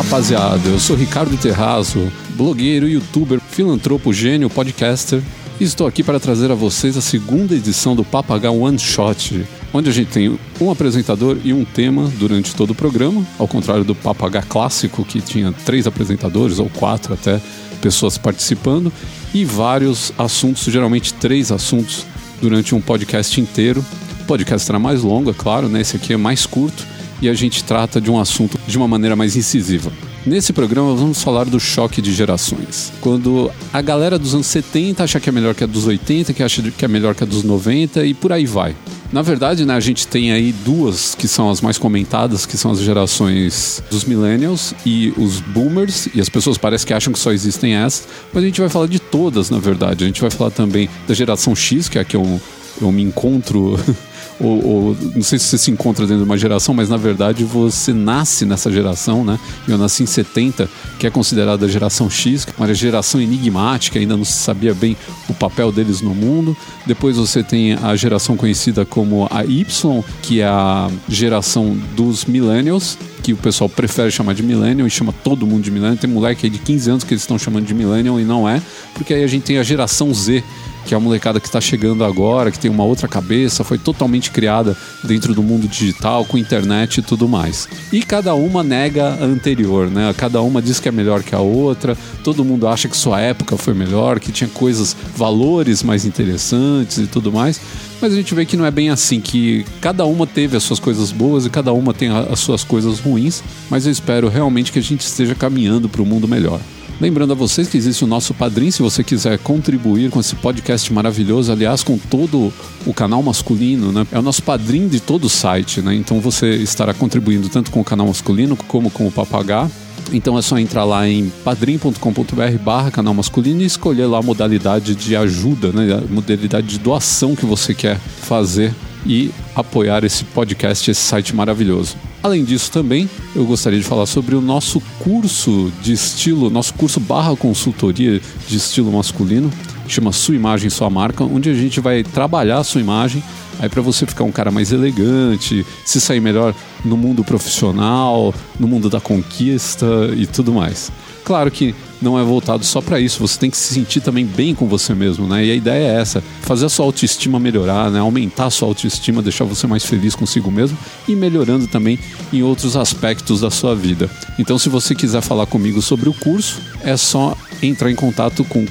rapaziada, eu sou Ricardo Terrazzo, blogueiro, youtuber, filantropo, gênio, podcaster, e estou aqui para trazer a vocês a segunda edição do Papo H One Shot, onde a gente tem um apresentador e um tema durante todo o programa, ao contrário do Papo H clássico, que tinha 3 apresentadores, ou 4 até, pessoas participando, e vários assuntos, geralmente 3 assuntos, durante um podcast inteiro. O podcast será mais longo, é claro, né? Esse aqui é mais curto, e a gente trata de um assunto de uma maneira mais incisiva. Nesse programa vamos falar do choque de gerações. Quando a galera dos anos 70 acha que é melhor que a dos 80, que acha que é melhor que a dos 90 e por aí vai. Na verdade, né, a gente tem aí 2 que são as mais comentadas, que são as gerações dos millennials e os boomers, e as pessoas parecem que acham que só existem essas, mas a gente vai falar de todas, na verdade. A gente vai falar também da geração X, que é a que eu me encontro... ou não sei se você se encontra dentro de uma geração, mas na verdade você nasce nessa geração, né? Eu nasci em 70, que é considerada a geração X, uma geração enigmática, ainda não se sabia bem o papel deles no mundo. Depois você tem a geração conhecida como a Y, que é a geração dos millennials, que o pessoal prefere chamar de millennial e chama todo mundo de millennial. Tem moleque aí de 15 anos que eles estão chamando de millennial e não é, porque aí a gente tem a geração Z, que é a molecada que está chegando agora, que tem uma outra cabeça, foi totalmente criada dentro do mundo digital, com internet e tudo mais. E cada uma nega a anterior, né? Cada uma diz que é melhor que a outra, todo mundo acha que sua época foi melhor, que tinha coisas, valores mais interessantes e tudo mais, mas a gente vê que não é bem assim, que cada uma teve as suas coisas boas e cada uma tem as suas coisas ruins, mas eu espero realmente que a gente esteja caminhando para um mundo melhor. Lembrando a vocês que existe o nosso Padrim, se você quiser contribuir com esse podcast maravilhoso, aliás, com todo o canal masculino, né? É o nosso Padrim de todo o site, né? Então você estará contribuindo tanto com o canal masculino como com o Papo H. Então é só entrar lá em padrim.com.br/canal masculino e escolher lá a modalidade de ajuda, né? A modalidade de doação que você quer fazer e apoiar esse podcast, esse site maravilhoso. Além disso também, eu gostaria de falar sobre o nosso curso de estilo, nosso curso /consultoria de estilo masculino, que chama Sua Imagem, Sua Marca, onde a gente vai trabalhar a sua imagem, aí para você ficar um cara mais elegante, se sair melhor no mundo profissional, no mundo da conquista e tudo mais. Claro que não é voltado só para isso, você tem que se sentir também bem com você mesmo, né? E a ideia é essa, fazer a sua autoestima melhorar, né? Aumentar a sua autoestima, deixar você mais feliz consigo mesmo e melhorando também em outros aspectos da sua vida. Então, se você quiser falar comigo sobre o curso, é só entrar em contato com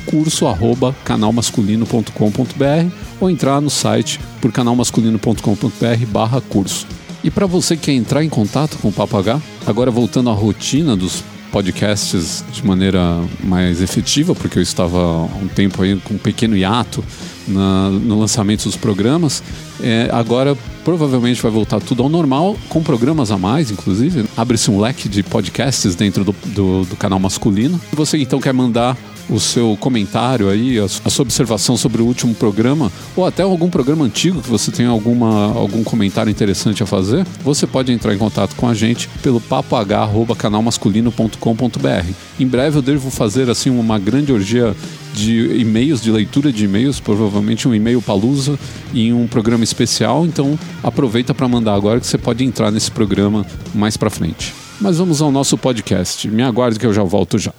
curso@canalmasculino.com.br ou entrar no site por canalmasculino.com.br/curso. E para você que quer entrar em contato com o Papo H, agora voltando à rotina dos podcasts de maneira mais efetiva, porque eu estava há um tempo aí com um pequeno hiato no lançamento dos programas, agora provavelmente vai voltar tudo ao normal, com programas a mais, inclusive. Abre-se um leque de podcasts dentro do canal masculino. Se você então quer mandar o seu comentário aí, a sua observação sobre o último programa, ou até algum programa antigo que você tenha algum comentário interessante a fazer, você pode entrar em contato com a gente pelo papoh@canalmasculino.com.br. Em breve eu devo fazer assim uma grande orgia de e-mails, de leitura de e-mails, provavelmente um e-mail palusa em um programa especial, então aproveita para mandar agora que você pode entrar nesse programa mais para frente. Mas vamos ao nosso podcast. Me aguarde que eu já volto já.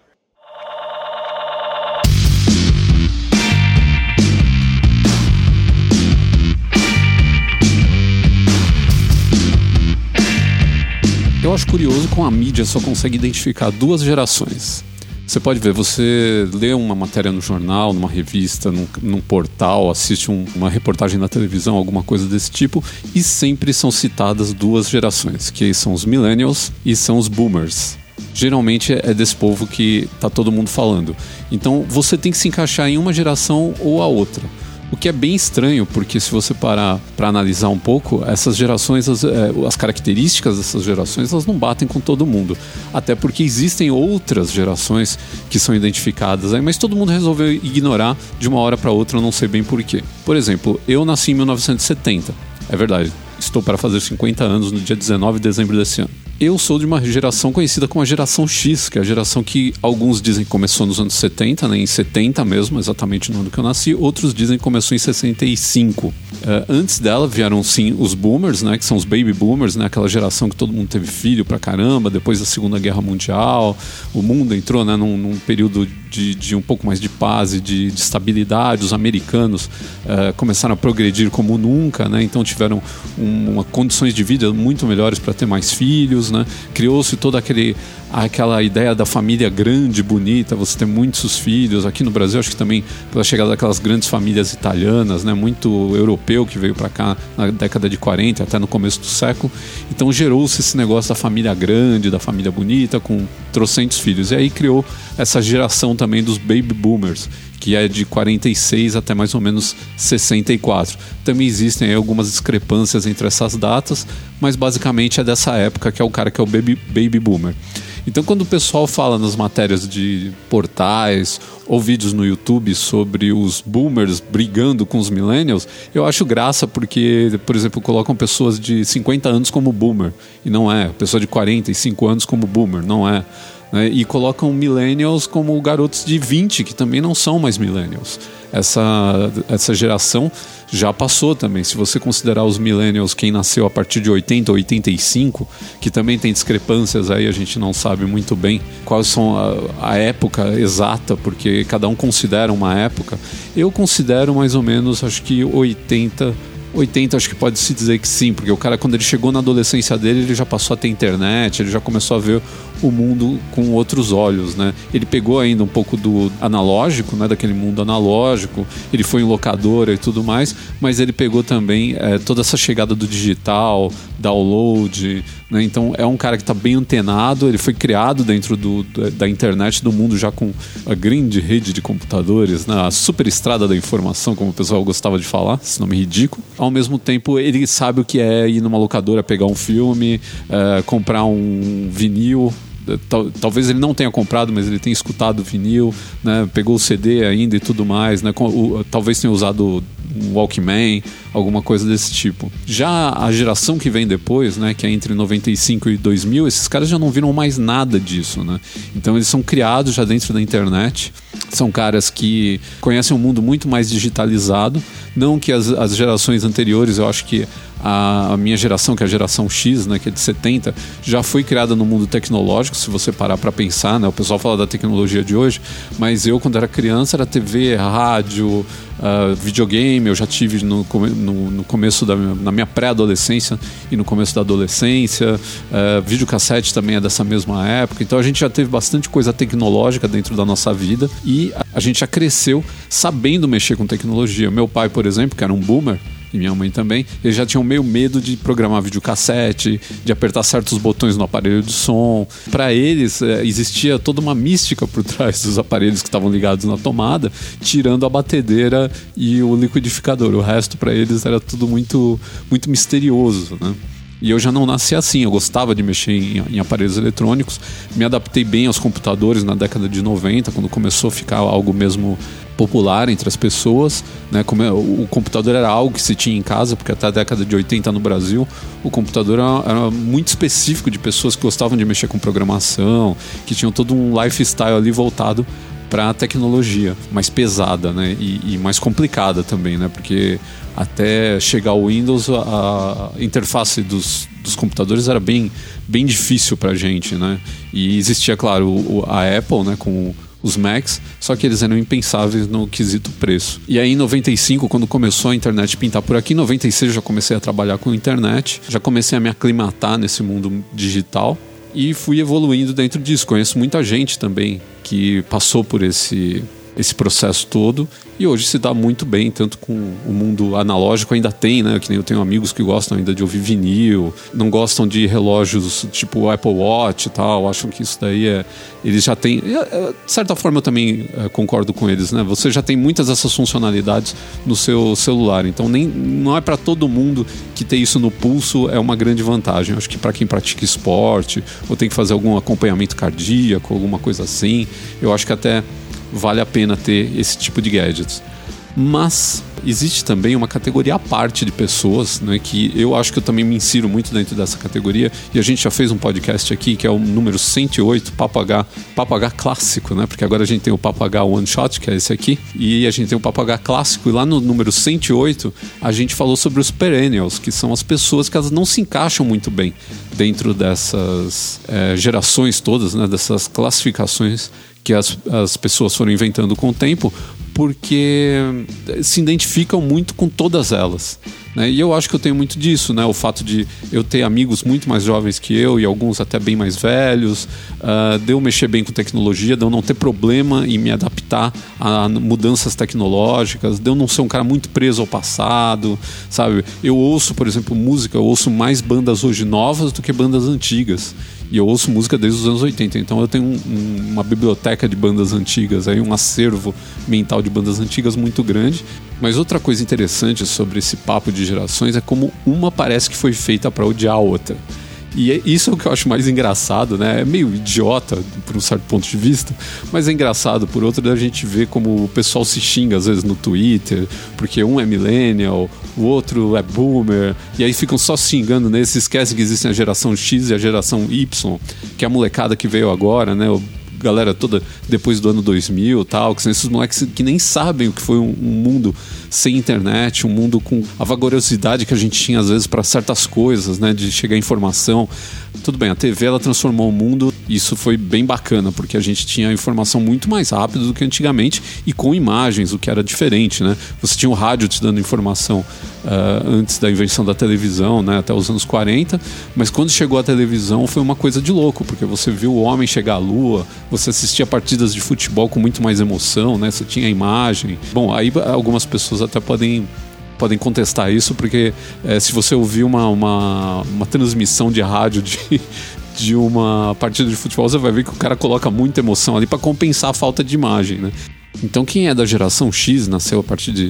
Eu acho curioso como a mídia só consegue identificar 2 gerações. Você pode ver, você lê uma matéria no jornal, numa revista, num portal, assiste uma reportagem na televisão, alguma coisa desse tipo, e sempre são citadas 2 gerações, que são os millennials e são os boomers. Geralmente é desse povo que tá todo mundo falando. Então você tem que se encaixar em uma geração ou a outra. O que é bem estranho, porque se você parar para analisar um pouco, essas gerações, as características dessas gerações, elas não batem com todo mundo. Até porque existem outras gerações que são identificadas aí, mas todo mundo resolveu ignorar de uma hora para outra, eu não sei bem porquê. Por exemplo, eu nasci em 1970, é verdade, estou para fazer 50 anos no dia 19 de dezembro desse ano. Eu sou de uma geração conhecida como a geração X, que é a geração que alguns dizem que começou nos anos 70, né, em 70 mesmo, exatamente no ano que eu nasci, outros dizem que começou em 65. Antes dela vieram sim os boomers, né, que são os baby boomers, né, aquela geração que todo mundo teve filho pra caramba, depois da Segunda Guerra Mundial, o mundo entrou, né, num período de um pouco mais de paz e de estabilidade. Os americanos começaram a progredir como nunca, né, então tiveram condições de vida muito melhores para ter mais filhos, né? Criou-se toda aquela ideia da família grande, bonita, você ter muitos filhos. Aqui no Brasil, acho que também pela chegada daquelas grandes famílias italianas, né? Muito europeu que veio para cá na década de 40, até no começo do século. Então gerou-se esse negócio da família grande, da família bonita, com trocentos filhos. E aí criou essa geração também dos baby boomers, que é de 46 até mais ou menos 64. Também existem aí algumas discrepâncias entre essas datas, mas basicamente é dessa época que é o cara que é o baby boomer. Então, quando o pessoal fala nas matérias de portais ou vídeos no YouTube sobre os boomers brigando com os millennials, eu acho graça porque, por exemplo, colocam pessoas de 50 anos como boomer, e não é. Pessoa de 45 anos como boomer, não é. E colocam millennials como garotos de 20, que também não são mais millennials. Essa geração já passou também. Se você considerar os millennials quem nasceu a partir de 80 ou 85, que também tem discrepâncias aí, a gente não sabe muito bem quais são a época exata, porque cada um considera uma época. Eu considero mais ou menos, acho que 80 acho que pode se dizer que sim, porque o cara, quando ele chegou na adolescência dele, ele já passou a ter internet, ele já começou a ver o mundo com outros olhos, né? Ele pegou ainda um pouco do analógico, né? Daquele mundo analógico, ele foi em locadora e tudo mais, mas ele pegou também toda essa chegada do digital, download, né? Então é um cara que está bem antenado, ele foi criado dentro da internet, do mundo já com a grande rede de computadores, né? A super estrada da informação, como o pessoal gostava de falar, esse nome ridículo. Ao mesmo tempo, ele sabe o que é ir numa locadora, pegar um filme, comprar um vinil. Talvez ele não tenha comprado, mas ele tenha escutado o vinil, né? Pegou o CD ainda e tudo mais, né? Talvez tenha usado um Walkman, alguma coisa desse tipo. Já a geração que vem depois, né, que é entre 95 e 2000, esses caras já não viram mais nada disso, né? Então eles são criados já dentro da internet, são caras que conhecem um mundo muito mais digitalizado, não que as gerações anteriores. Eu acho que a minha geração, que é a geração X, né, que é de 70, já foi criada no mundo tecnológico, se você parar para pensar, né? O pessoal fala da tecnologia de hoje, mas eu, quando era criança, era TV, rádio, videogame. Eu já tive no começo na minha pré-adolescência e no começo da adolescência. Videocassete também é dessa mesma época. Então a gente já teve bastante coisa tecnológica dentro da nossa vida e a gente já cresceu sabendo mexer com tecnologia. Meu pai, por exemplo, que era um boomer, e minha mãe também, eles já tinham meio medo de programar videocassete, de apertar certos botões no aparelho de som. Para eles, existia toda uma mística por trás dos aparelhos que estavam ligados na tomada, tirando a batedeira e o liquidificador. O resto, para eles, era tudo muito, muito misterioso, né? E eu já não nasci assim, eu gostava de mexer em aparelhos eletrônicos, me adaptei bem aos computadores na década de 90, quando começou a ficar algo mesmo popular entre as pessoas, né? O computador era algo que se tinha em casa, porque até a década de 80 no Brasil o computador era muito específico de pessoas que gostavam de mexer com programação, que tinham todo um lifestyle ali voltado para a tecnologia mais pesada, né? E mais complicada também, né? Porque até chegar ao Windows, a interface dos computadores era bem difícil para a gente, né? E existia, claro, a Apple, né? Com os Macs, só que eles eram impensáveis no quesito preço. E aí em 95, quando começou a internet pintar por aqui, em 96 eu já comecei a trabalhar com internet, já comecei a me aclimatar nesse mundo digital e fui evoluindo dentro disso. Conheço muita gente também que passou por esse processo todo e hoje se dá muito bem, tanto com o mundo analógico. Ainda tem, né? Que nem eu tenho amigos que gostam ainda de ouvir vinil, não gostam de relógios tipo o Apple Watch e tal, acham que isso daí eles já têm. De certa forma eu também concordo com eles, né? Você já tem muitas dessas funcionalidades no seu celular, então não é para todo mundo que ter isso no pulso é uma grande vantagem. Eu acho que para quem pratica esporte ou tem que fazer algum acompanhamento cardíaco, alguma coisa assim, eu acho que até vale a pena ter esse tipo de gadgets. Mas existe também uma categoria à parte de pessoas, né, que eu acho que eu também me insiro muito dentro dessa categoria, e a gente já fez um podcast aqui, que é o número 108, Papo H clássico, né, porque agora a gente tem o Papo H One Shot, que é esse aqui, e a gente tem o Papo H clássico, e lá no número 108 a gente falou sobre os perennials, que são as pessoas que elas não se encaixam muito bem dentro dessas gerações todas, né, dessas classificações que as pessoas foram inventando com o tempo, porque se identificam muito com todas elas, né? E eu acho que eu tenho muito disso, né? O fato de eu ter amigos muito mais jovens que eu e alguns até bem mais velhos, de eu mexer bem com tecnologia, de eu não ter problema em me adaptar a mudanças tecnológicas, de eu não ser um cara muito preso ao passado, sabe? Eu ouço, por exemplo, música, eu ouço mais bandas hoje novas do que bandas antigas. E eu ouço música desde os anos 80, então eu tenho uma biblioteca de bandas antigas, aí um acervo mental de bandas antigas muito grande. Mas outra coisa interessante sobre esse papo de gerações é como uma parece que foi feita para odiar a outra. E isso é o que eu acho mais engraçado, né? É meio idiota por um certo ponto de vista, mas é engraçado por outro, da gente ver como o pessoal se xinga às vezes no Twitter, porque um é millennial, o outro é boomer, e aí ficam só se xingando nesse, esquecem que existem a geração X e a geração Y, que é a molecada que veio agora, né? Galera toda depois do ano 2000 e tal, que são esses moleques que nem sabem o que foi um mundo sem internet, um mundo com a vagarosidade que a gente tinha às vezes para certas coisas, né, de chegar a informação. Tudo bem, a TV ela transformou o mundo, e isso foi bem bacana, porque a gente tinha informação muito mais rápido do que antigamente e com imagens, o que era diferente, né? Você tinha o rádio te dando informação antes da invenção da televisão, né, até os anos 40, mas quando chegou a televisão foi uma coisa de louco, porque você viu o homem chegar à lua, você assistia partidas de futebol com muito mais emoção, né? Você tinha a imagem. Bom, aí algumas pessoas até podem contestar isso, porque se você ouvir uma transmissão de rádio de uma partida de futebol, você vai ver que o cara coloca muita emoção ali para compensar a falta de imagem, né? Então quem é da geração X, nasceu a partir de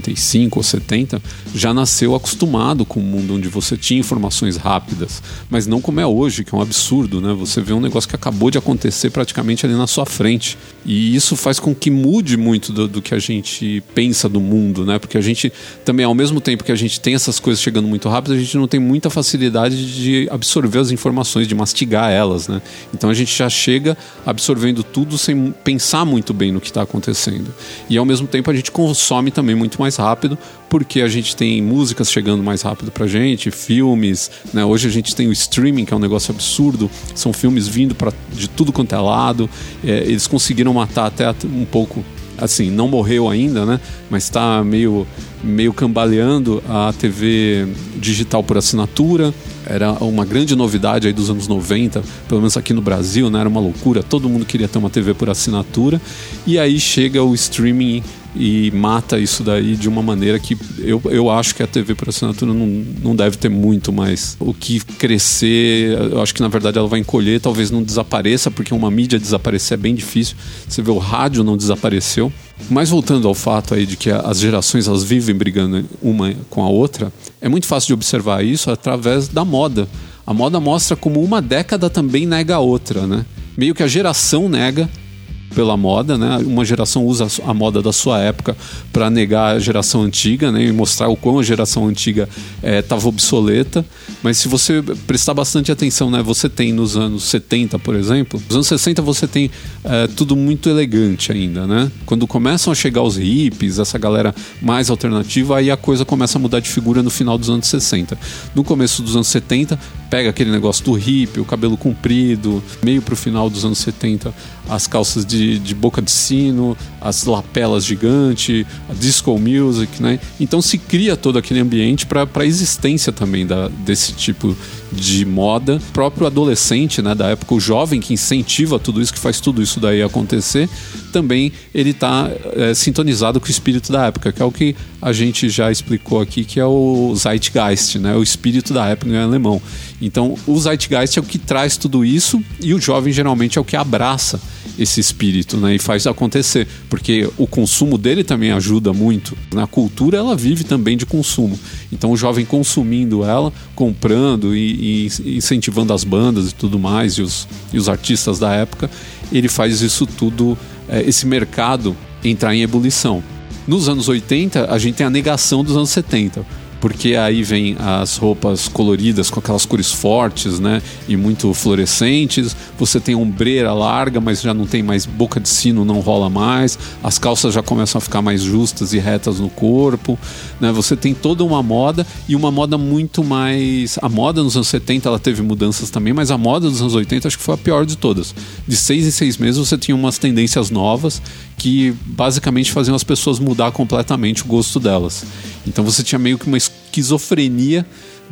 65 ou 70, já nasceu acostumado com um mundo onde você tinha informações rápidas, mas não como é hoje, que é um absurdo, né? Você vê um negócio que acabou de acontecer praticamente ali na sua frente, e isso faz com que mude muito do que a gente pensa do mundo, né? Porque a gente também, ao mesmo tempo que a gente tem essas coisas chegando muito rápido, a gente não tem muita facilidade de absorver as informações, de mastigar elas, né? Então a gente já chega absorvendo tudo sem pensar muito bem no que está acontecendo. E ao mesmo tempo a gente consome também muito mais rápido, porque a gente tem músicas chegando mais rápido pra gente, filmes, né? Hoje a gente tem o streaming, que é um negócio absurdo, são filmes vindo de tudo quanto é lado. Eles conseguiram matar até um pouco, assim, não morreu ainda, né? Mas está meio cambaleando a TV digital por assinatura. Era uma grande novidade aí dos anos 90, pelo menos aqui no Brasil, né? Era uma loucura, todo mundo queria ter uma TV por assinatura, e aí chega o streaming e mata isso daí de uma maneira que eu acho que a TV por assinatura não deve ter muito mais o que crescer. Eu acho que na verdade ela vai encolher, talvez não desapareça, porque uma mídia desaparecer é bem difícil. Você vê, o rádio não desapareceu. Mas voltando ao fato aí de que as gerações elas vivem brigando uma com a outra, é muito fácil de observar isso através da moda. A moda mostra como uma década também nega a outra, né? Meio que a geração nega pela moda, né? Uma geração usa a moda da sua época para negar a geração antiga, né? E mostrar o quão a geração antiga estava obsoleta. Mas se você prestar bastante atenção, né? Você tem nos anos 70, por exemplo, nos anos 60 você tem tudo muito elegante ainda, né? Quando começam a chegar os hippies, essa galera mais alternativa, aí a coisa começa a mudar de figura no final dos anos 60. No começo dos anos 70, pega aquele negócio do hippie, o cabelo comprido, meio pro final dos anos 70, as calças de boca de sino, as lapelas gigantes, a disco music, né? Então se cria todo aquele ambiente para a existência também desse tipo de moda. O próprio adolescente, né, da época, o jovem que incentiva tudo isso, que faz tudo isso daí acontecer, também ele está sintonizado com o espírito da época, que é o que a gente já explicou aqui, que é o Zeitgeist, né, o espírito da época em alemão. Então o Zeitgeist é o que traz tudo isso, e o jovem geralmente é o que abraça esse espírito, né, e faz acontecer, porque o consumo dele também ajuda muito. Na cultura ela vive também de consumo, então o jovem consumindo ela, comprando e incentivando as bandas e tudo mais, e os artistas da época, ele faz isso tudo, esse mercado entrar em ebulição. Nos anos 80, a gente tem a negação dos anos 70. Porque aí vem as roupas coloridas com aquelas cores fortes, né? E muito fluorescentes. Você tem a ombreira larga, mas já não tem mais boca de sino, não rola mais. As calças já começam a ficar mais justas e retas no corpo, né? Você tem toda uma moda e uma moda muito mais... A moda nos anos 70 ela teve mudanças também, mas a moda dos anos 80 acho que foi a pior de todas. De 6 em 6 meses você tinha umas tendências novas que basicamente faziam as pessoas mudar completamente o gosto delas. Então você tinha meio que uma esquizofrenia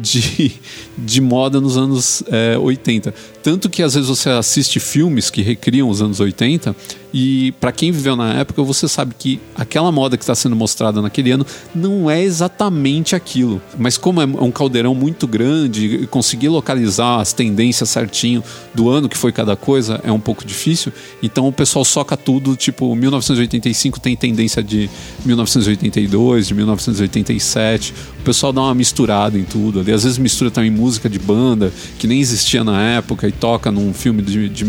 de moda nos anos 80. Tanto que às vezes você assiste filmes que recriam os anos 80 e para quem viveu na época você sabe que aquela moda que está sendo mostrada naquele ano não é exatamente aquilo. Mas como é um caldeirão muito grande e conseguir localizar as tendências certinho do ano que foi cada coisa é um pouco difícil. Então o pessoal soca tudo, tipo 1985 tem tendência de 1982, de 1987. O pessoal dá uma misturada em tudo ali. Às vezes mistura também música de banda que nem existia na época e toca num filme de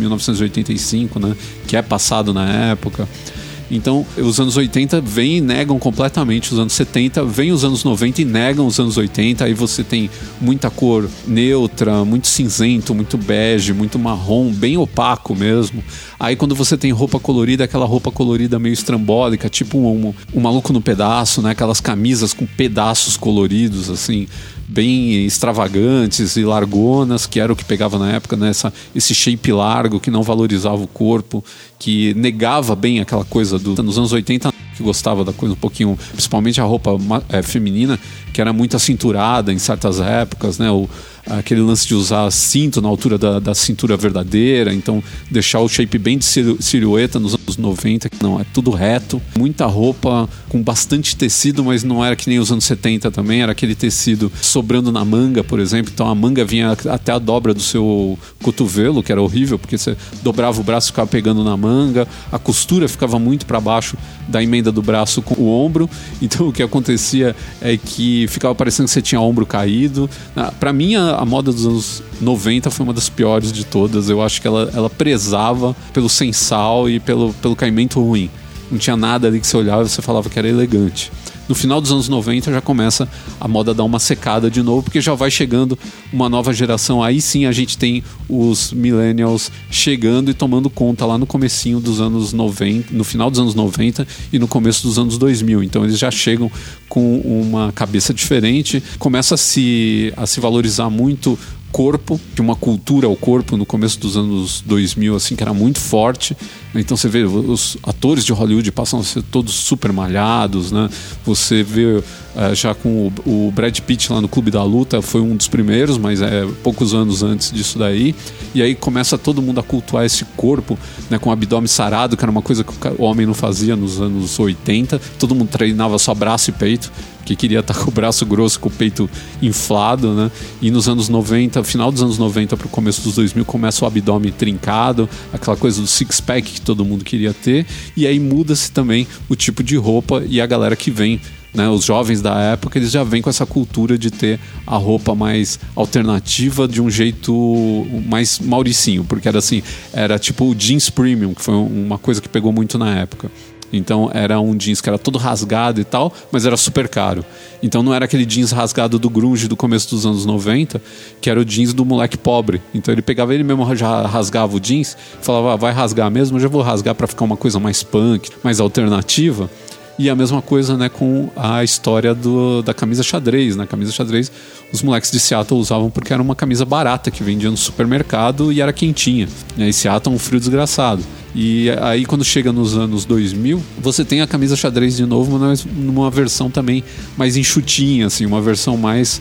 1985, né? Que é passado na época. Então, os anos 80 vêm e negam completamente os anos 70, vêm os anos 90 e negam os anos 80, aí você tem muita cor neutra, muito cinzento, muito bege, muito marrom, bem opaco mesmo. Aí quando você tem roupa colorida, aquela roupa colorida meio estrambólica, tipo um maluco no pedaço, né? Aquelas camisas com pedaços coloridos, assim, bem extravagantes e largonas, que era o que pegava na época, né? Esse shape largo que não valorizava o corpo, que negava bem aquela coisa nos anos 80, que gostava da coisa um pouquinho, principalmente a roupa feminina, que era muito acinturada em certas épocas, né? Aquele lance de usar cinto na altura da cintura verdadeira, então deixar o shape bem de silhueta nos anos 90, que não, é tudo reto, muita roupa com bastante tecido, mas não era que nem os anos 70 também, era aquele tecido sobrando na manga, por exemplo, então a manga vinha até a dobra do seu cotovelo, que era horrível, porque você dobrava o braço e ficava pegando na manga, a costura ficava muito para baixo da emenda do braço com o ombro, então o que acontecia é que ficava parecendo que você tinha o ombro caído. Para mim a moda dos anos 90 foi uma das piores de todas. Eu acho que ela prezava pelo sensal e pelo caimento ruim. Não tinha nada ali que você olhava e você falava que era elegante. No final dos anos 90 já começa a moda a dar uma secada de novo, porque já vai chegando uma nova geração. Aí sim a gente tem os millennials chegando e tomando conta lá no comecinho dos anos 90, no final dos anos 90 e no começo dos anos 2000. Então eles já chegam com uma cabeça diferente, começa a se valorizar muito corpo, que uma cultura ao corpo no começo dos anos 2000, assim, que era muito forte. Então você vê os atores de Hollywood passam a ser todos super malhados, né? Você vê já com o Brad Pitt lá no Clube da Luta, foi um dos primeiros, mas poucos anos antes disso daí. E aí começa todo mundo a cultuar esse corpo, né, com o abdômen sarado, que era uma coisa que o homem não fazia nos anos 80. Todo mundo treinava só braço e peito, que queria estar com o braço grosso, com o peito inflado, né? E nos anos 90, final dos anos 90 para o começo dos 2000, começa o abdômen trincado, aquela coisa do six-pack que todo mundo queria ter. E aí muda-se também o tipo de roupa e a galera que vem, né, os jovens da época, eles já vêm com essa cultura de ter a roupa mais alternativa de um jeito mais mauricinho, porque era tipo o jeans premium, que foi uma coisa que pegou muito na época. Então era um jeans que era todo rasgado e tal, mas era super caro. Então não era aquele jeans rasgado do grunge do começo dos anos 90, que era o jeans do moleque pobre. Então ele pegava, ele mesmo já rasgava o jeans, falava, vai rasgar mesmo, eu já vou rasgar para ficar uma coisa mais punk, mais alternativa. E a mesma coisa, né, com a história da camisa xadrez, né? A camisa xadrez, os moleques de Seattle usavam porque era uma camisa barata que vendia no supermercado e era quentinha. E Seattle é um frio desgraçado. E aí quando chega nos anos 2000, você tem a camisa xadrez de novo, mas numa versão também mais enxutinha, assim, uma versão mais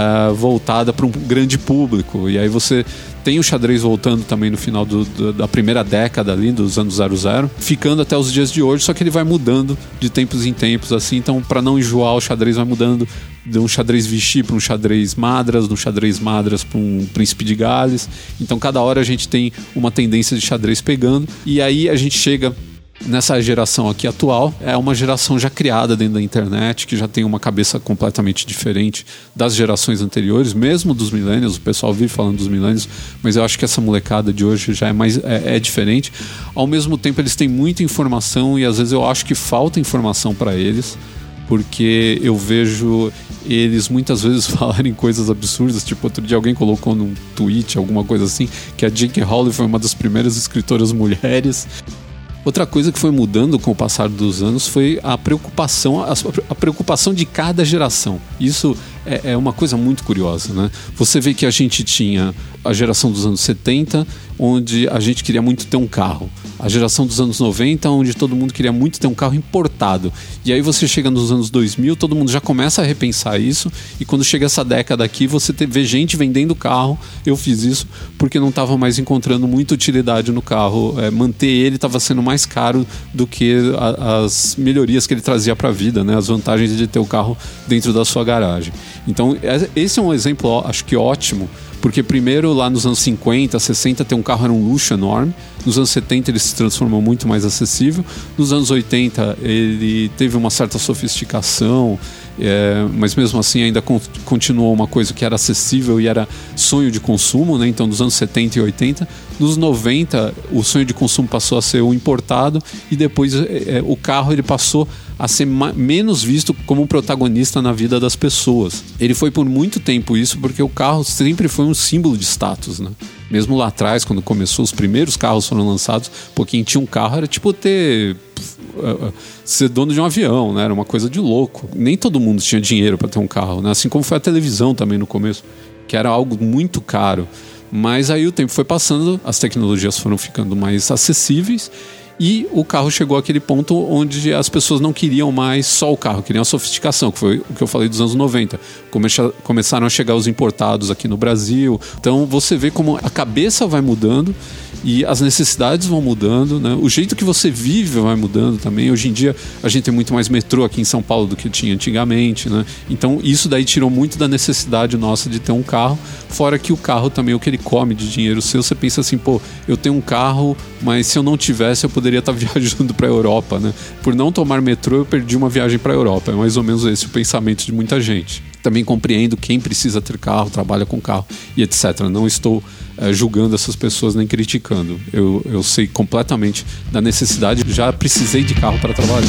voltada para um grande público. E aí você tem o xadrez voltando também no final da primeira década ali, dos anos 00, ficando até os dias de hoje, só que ele vai mudando de tempos em tempos, assim. Então, para não enjoar, o xadrez vai mudando de um xadrez Vichy para um xadrez Madras, de um xadrez Madras para um Príncipe de Gales. Então, cada hora a gente tem uma tendência de xadrez pegando. E aí a gente chega nessa geração aqui atual, é uma geração já criada dentro da internet, que já tem uma cabeça completamente diferente das gerações anteriores, mesmo dos millennials. O pessoal vive falando dos millennials, mas eu acho que essa molecada de hoje já é diferente. Ao mesmo tempo, eles têm muita informação e às vezes eu acho que falta informação para eles, porque eu vejo eles muitas vezes falarem coisas absurdas. Tipo, outro dia alguém colocou num tweet, alguma coisa assim, que a J.K. Rowling foi uma das primeiras escritoras mulheres. Outra coisa que foi mudando com o passar dos anos foi a preocupação de cada geração. Isso é uma coisa muito curiosa, né? Você vê que a gente tinha a geração dos anos 70, onde a gente queria muito ter um carro. A geração dos anos 90, onde todo mundo queria muito ter um carro importado. E aí você chega nos anos 2000, todo mundo já começa a repensar isso. E quando chega essa década aqui, você vê gente vendendo carro. Eu fiz isso porque não estava mais encontrando muita utilidade no carro. Manter ele estava sendo mais caro do que as melhorias que ele trazia para a vida, né? As vantagens de ter o carro dentro da sua garagem. Então, esse é um exemplo, acho que ótimo, porque primeiro lá nos anos 50, 60 ter um carro era um luxo enorme. Nos anos 70 ele se transformou muito mais acessível. Nos anos 80 ele teve uma certa sofisticação, mas mesmo assim ainda continuou uma coisa que era acessível e era sonho de consumo, né? Então nos anos 70 e 80, nos 90 o sonho de consumo passou a ser o importado, e depois o carro ele passou a ser menos visto como um protagonista na vida das pessoas. Ele foi por muito tempo isso, porque o carro sempre foi um símbolo de status, né? Mesmo lá atrás, quando começou, os primeiros carros foram lançados, quem tinha um carro era tipo ser dono de um avião, né? Era uma coisa de louco. Nem todo mundo tinha dinheiro para ter um carro, né? Assim como foi a televisão também no começo, que era algo muito caro. Mas aí o tempo foi passando, as tecnologias foram ficando mais acessíveis, e o carro chegou àquele ponto onde as pessoas não queriam mais só o carro, queriam a sofisticação, que foi o que eu falei dos anos 90. Começaram a chegar os importados aqui no Brasil. Então você vê como a cabeça vai mudando e as necessidades vão mudando, né? O jeito que você vive vai mudando também. Hoje em dia a gente tem muito mais metrô aqui em São Paulo do que tinha antigamente, né? Então isso daí tirou muito da necessidade nossa de ter um carro. Fora que o carro também, o que ele come de dinheiro seu, você pensa assim, eu tenho um carro, mas se eu não tivesse eu poderia estar viajando para a Europa, né? Por não tomar metrô eu perdi uma viagem para a Europa. É mais ou menos esse o pensamento de muita gente. Também compreendo quem precisa ter carro, trabalha com carro e etc. Não estou julgando essas pessoas nem criticando. Eu sei completamente da necessidade. Já precisei de carro para trabalhar.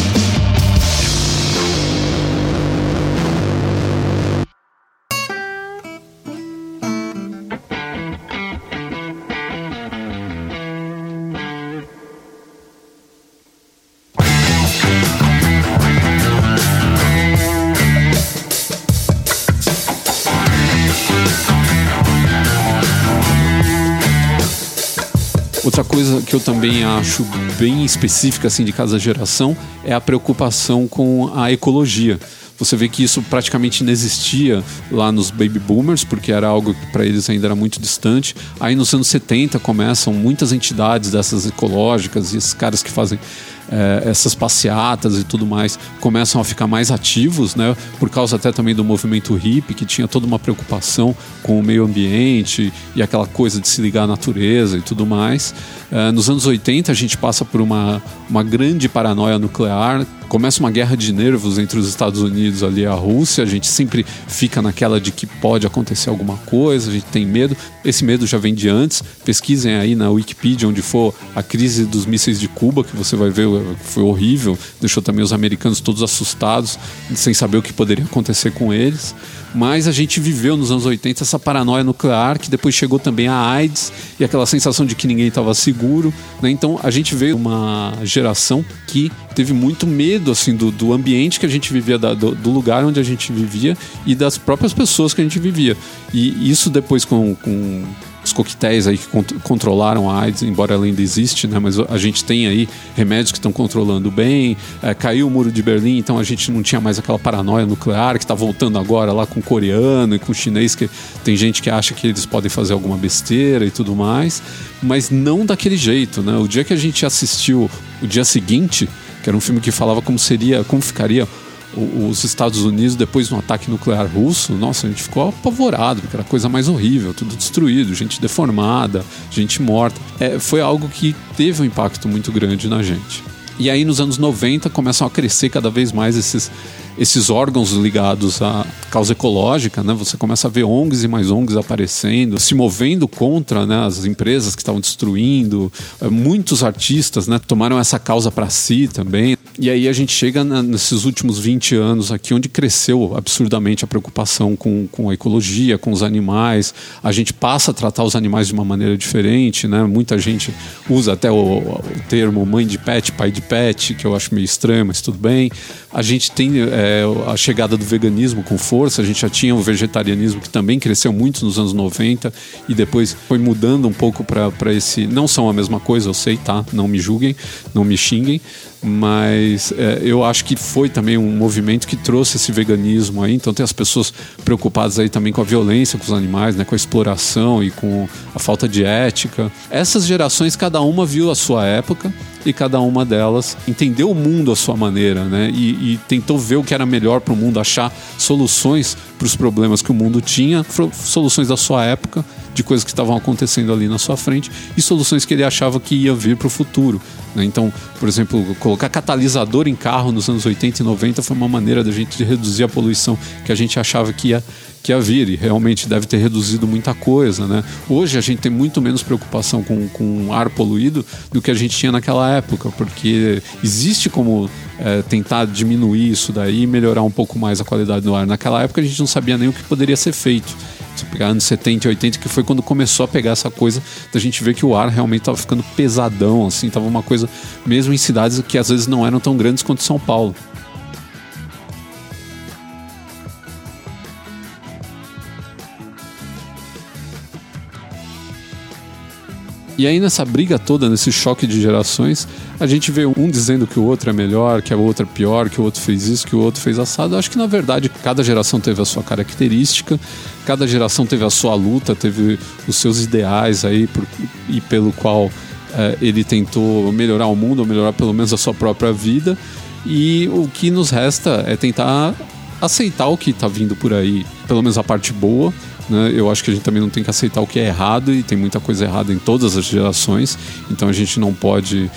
Outra coisa que eu também acho bem específica assim, de cada geração é a preocupação com a ecologia. Você vê que isso praticamente não existia lá nos baby boomers, porque era algo que para eles ainda era muito distante. Aí nos anos 70 começam muitas entidades dessas ecológicas, e esses caras que fazem essas passeatas e tudo mais começam a ficar mais ativos, né? Por causa até também do movimento hippie, que tinha toda uma preocupação com o meio ambiente e aquela coisa de se ligar à natureza e tudo mais. Nos anos 80 a gente passa por uma grande paranoia nuclear. Começa uma guerra de nervos entre os Estados Unidos ali e a Rússia. A gente sempre fica naquela de que pode acontecer alguma coisa, a gente tem medo. Esse medo já vem de antes. Pesquisem aí na Wikipedia onde for a crise dos mísseis de Cuba, que você vai ver que foi horrível. Deixou também os americanos todos assustados, sem saber o que poderia acontecer com eles. Mas a gente viveu nos anos 80 essa paranoia nuclear, que depois chegou também a AIDS e aquela sensação de que ninguém estava seguro, né? Então a gente veio uma geração que teve muito medo assim, do ambiente que a gente vivia, do lugar onde a gente vivia e das próprias pessoas que a gente vivia. E isso depois com os coquetéis aí que controlaram a AIDS, embora ela ainda existe, né? Mas a gente tem aí remédios que estão controlando bem. Caiu o muro de Berlim, então a gente não tinha mais aquela paranoia nuclear que está voltando agora lá com o coreano e com o chinês, que tem gente que acha que eles podem fazer alguma besteira e tudo mais, mas não daquele jeito, né? O dia que a gente assistiu O Dia Seguinte, que era um filme que falava como ficaria os Estados Unidos depois de um ataque nuclear russo, nossa, a gente ficou apavorado, porque era a coisa mais horrível, tudo destruído, gente deformada, gente morta. Foi algo que teve um impacto muito grande na gente. E aí nos anos 90 começam a crescer cada vez mais esses órgãos ligados à causa ecológica, né? Você começa a ver ONGs e mais ONGs aparecendo, se movendo contra, né, as empresas que estavam destruindo. Muitos artistas, né, tomaram essa causa para si também. E aí a gente chega nesses últimos 20 anos aqui, onde cresceu absurdamente a preocupação com a ecologia, com os animais. A gente passa a tratar os animais de uma maneira diferente, né? Muita gente usa até o termo mãe de pet, pai de pet, que eu acho meio estranho, mas tudo bem. A gente tem a chegada do veganismo com força. A gente já tinha o vegetarianismo, que também cresceu muito nos anos 90 e depois foi mudando um pouco para esse... Não são a mesma coisa, eu sei, tá? Não me julguem, não me xinguem, mas eu acho que foi também um movimento que trouxe esse veganismo aí. Então tem as pessoas preocupadas aí também com a violência com os animais, né, com a exploração e com a falta de ética. Essas gerações, cada uma viu a sua época e cada uma delas entendeu o mundo à sua maneira, né, e tentou ver o que era melhor para o mundo, achar soluções para os problemas que o mundo tinha, soluções da sua época, de coisas que estavam acontecendo ali na sua frente e soluções que ele achava que ia vir para o futuro, né? Então, por exemplo, colocar catalisador em carro nos anos 80 e 90 foi uma maneira da gente reduzir a poluição que a gente achava que ia vir, e realmente deve ter reduzido muita coisa, né? Hoje a gente tem muito menos preocupação com ar poluído do que a gente tinha naquela época, porque existe como tentar diminuir isso daí e melhorar um pouco mais a qualidade do ar. Naquela época a gente não sabia nem o que poderia ser feito. Se pegar anos 70 e 80, que foi quando começou a pegar essa coisa da gente ver que o ar realmente estava ficando pesadão, assim, estava uma coisa mesmo em cidades que às vezes não eram tão grandes quanto São Paulo. E aí nessa briga toda, nesse choque de gerações, a gente vê um dizendo que o outro é melhor, que o outro é pior, que o outro fez isso, que o outro fez assado. Eu acho que na verdade cada geração teve a sua característica, cada geração teve a sua luta, teve os seus ideais aí e pelo qual ele tentou melhorar o mundo, ou melhorar pelo menos a sua própria vida. E o que nos resta é tentar aceitar o que está vindo por aí, pelo menos a parte boa, né? Eu acho que a gente também não tem que aceitar o que é errado, e tem muita coisa errada em todas as gerações, então a gente não pode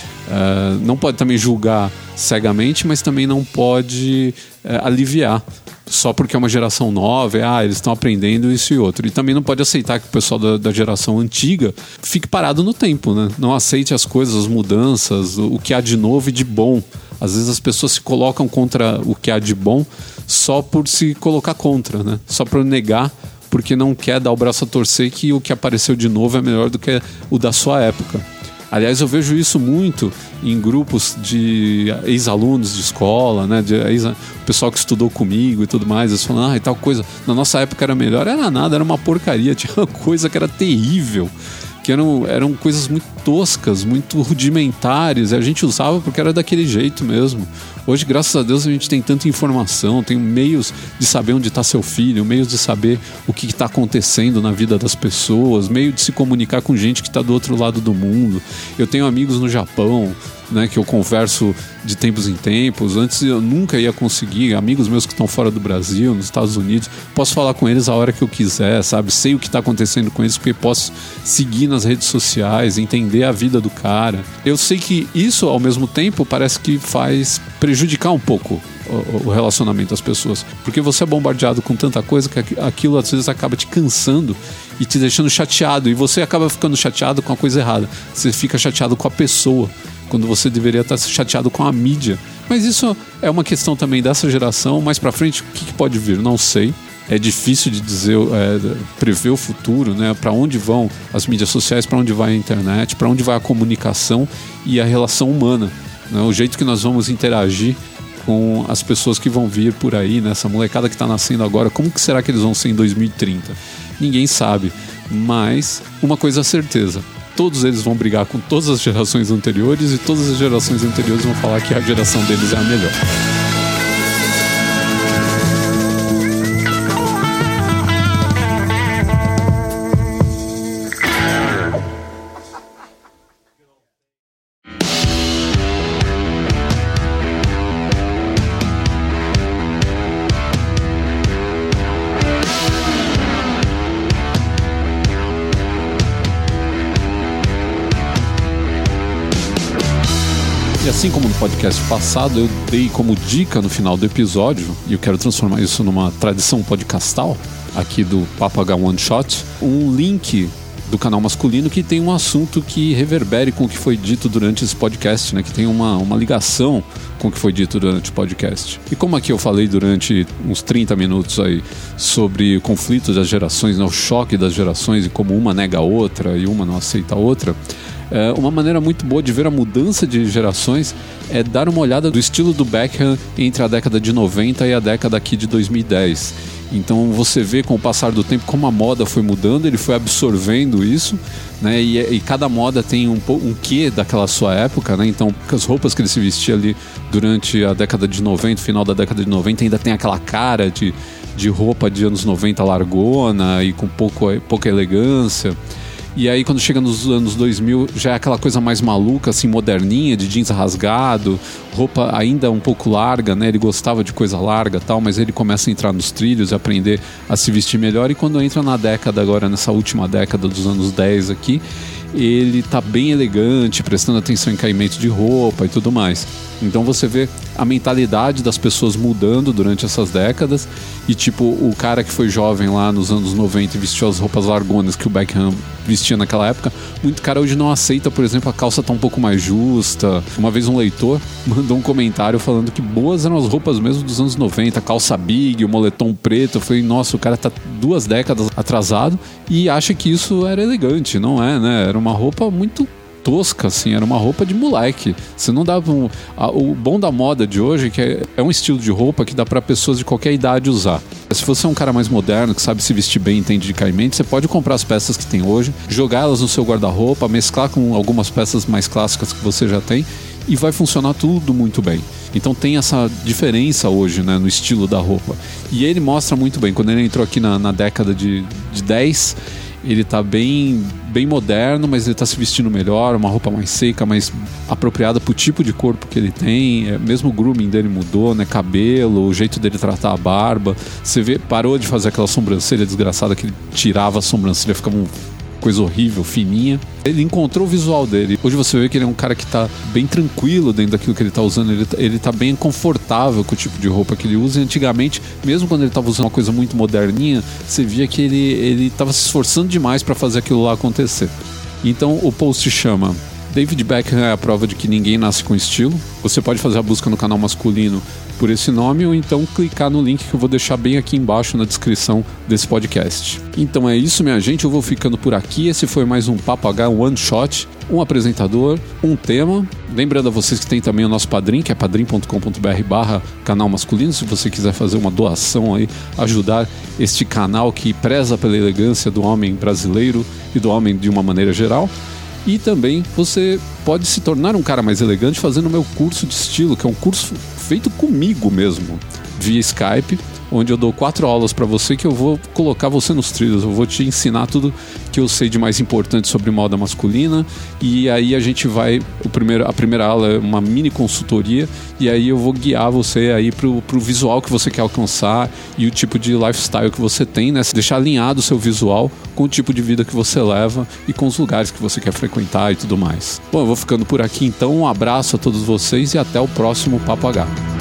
também julgar cegamente, mas também não pode aliviar só porque é uma geração nova, eles estão aprendendo isso e outro. E também não pode aceitar que o pessoal da geração antiga fique parado no tempo, né? Não aceite as coisas, as mudanças, o que há de novo e de bom. Às vezes as pessoas se colocam contra o que há de bom só por se colocar contra, né? Só por negar, porque não quer dar o braço a torcer que o que apareceu de novo é melhor do que o da sua época. Aliás, eu vejo isso muito em grupos de ex-alunos de escola, né? O pessoal que estudou comigo e tudo mais, eles falam, e tal coisa, na nossa época era melhor. Era nada, era uma porcaria, tinha uma coisa que era terrível, que eram coisas muito toscas, muito rudimentares, e a gente usava porque era daquele jeito mesmo. Hoje, graças a Deus, a gente tem tanta informação, tem meios de saber onde está seu filho, meios de saber o que está acontecendo na vida das pessoas, meio de se comunicar com gente que está do outro lado do mundo. Eu tenho amigos no Japão, né, que eu converso de tempos em tempos. Antes eu nunca ia conseguir, amigos meus que estão fora do Brasil, nos Estados Unidos, posso falar com eles a hora que eu quiser, sabe? Sei o que está acontecendo com eles porque posso seguir nas redes sociais, entender a vida do cara. Eu sei que isso, ao mesmo tempo, parece que faz prejudicar um pouco o relacionamento das pessoas, porque você é bombardeado com tanta coisa que aquilo às vezes acaba te cansando e te deixando chateado, e você acaba ficando chateado com a coisa errada. Você fica chateado com a pessoa, quando você deveria estar chateado com a mídia. Mas isso é uma questão também dessa geração. Mais pra frente, o que pode vir? Não sei. É difícil de dizer, prever o futuro, né? Para onde vão as mídias sociais, para onde vai a internet, para onde vai a comunicação e a relação humana, né? O jeito que nós vamos interagir com as pessoas que vão vir por aí, né? Essa molecada que está nascendo agora, como que será que eles vão ser em 2030? Ninguém sabe. Mas uma coisa é certeza: todos eles vão brigar com todas as gerações anteriores, e todas as gerações anteriores vão falar que a geração deles é a melhor. Assim como no podcast passado, eu dei como dica no final do episódio, e eu quero transformar isso numa tradição podcastal aqui do Papo H One Shot, um link do canal masculino que tem um assunto que reverbere com o que foi dito durante esse podcast, né? Que tem uma ligação com o que foi dito durante o podcast. E como aqui eu falei durante uns 30 minutos aí sobre o conflito das gerações, né? O choque das gerações e como uma nega a outra e uma não aceita a outra, uma maneira muito boa de ver a mudança de gerações é dar uma olhada do estilo do Beckham entre a década de 90 e a década aqui de 2010. Então você vê com o passar do tempo como a moda foi mudando, ele foi absorvendo isso, né? E cada moda tem um quê daquela sua época, né? Então as roupas que ele se vestia ali durante a década de 90, final da década de 90, ainda tem aquela cara de roupa de anos 90 largona e com pouca elegância. E aí quando chega nos anos 2000 já é aquela coisa mais maluca, assim, moderninha, de jeans rasgado, roupa ainda um pouco larga, né? Ele gostava de coisa larga e tal, mas ele começa a entrar nos trilhos e aprender a se vestir melhor. E quando entra na década agora, nessa última década dos anos 10 aqui, ele tá bem elegante, prestando atenção em caimento de roupa e tudo mais. Então você vê a mentalidade das pessoas mudando durante essas décadas. E tipo, o cara que foi jovem lá nos anos 90 e vestiu as roupas largonas que o Beckham vestia naquela época, muito cara hoje não aceita, por exemplo, a calça tá um pouco mais justa. Uma vez um leitor mandou um comentário falando que boas eram as roupas mesmo dos anos 90, a calça big, o moletom preto. Eu falei, nossa, o cara tá 2 décadas atrasado e acha que isso era elegante. Não é, né? Era uma roupa muito tosca, assim, era uma roupa de moleque. Você não dava o bom da moda de hoje é que é um estilo de roupa que dá para pessoas de qualquer idade usar. Se você é um cara mais moderno, que sabe se vestir bem, entende de caimento, você pode comprar as peças que tem hoje, jogar elas no seu guarda-roupa, mesclar com algumas peças mais clássicas que você já tem e vai funcionar tudo muito bem. Então tem essa diferença hoje, né, no estilo da roupa. E ele mostra muito bem. Quando ele entrou aqui na década de 10, ele tá bem moderno, mas ele tá se vestindo melhor, uma roupa mais seca, mais apropriada pro tipo de corpo que ele tem. Mesmo o grooming dele mudou, né? Cabelo, o jeito dele tratar a barba. Você vê, parou de fazer aquela sobrancelha desgraçada que ele tirava a sobrancelha, ficava uma coisa horrível, fininha. Ele encontrou o visual dele. Hoje você vê que ele é um cara que tá bem tranquilo dentro daquilo que ele tá usando. Ele tá bem confortável com o tipo de roupa que ele usa. E antigamente, mesmo quando ele tava usando uma coisa muito moderninha, você via que ele tava se esforçando demais para fazer aquilo lá acontecer. Então o post chama David Beckham é a prova de que ninguém nasce com estilo. Você pode fazer a busca no canal masculino por esse nome ou então clicar no link que eu vou deixar bem aqui embaixo na descrição desse podcast. Então é isso, minha gente, eu vou ficando por aqui. Esse foi mais um Papo H One Shot, um apresentador, um tema. Lembrando a vocês que tem também o nosso Padrim, que é padrim.com.br/canal masculino, se você quiser fazer uma doação aí, ajudar este canal que preza pela elegância do homem brasileiro e do homem de uma maneira geral. E também você pode se tornar um cara mais elegante fazendo o meu curso de estilo, que é um curso feito comigo mesmo, via Skype, onde eu dou 4 aulas para você, que eu vou colocar você nos trilhos. Eu vou te ensinar tudo que eu sei de mais importante sobre moda masculina. E aí a gente vai... A primeira aula é uma mini consultoria. E aí eu vou guiar você aí pro visual que você quer alcançar e o tipo de lifestyle que você tem, né? Deixar alinhado o seu visual com o tipo de vida que você leva e com os lugares que você quer frequentar e tudo mais. Bom, eu vou ficando por aqui então. Um abraço a todos vocês e até o próximo Papo H.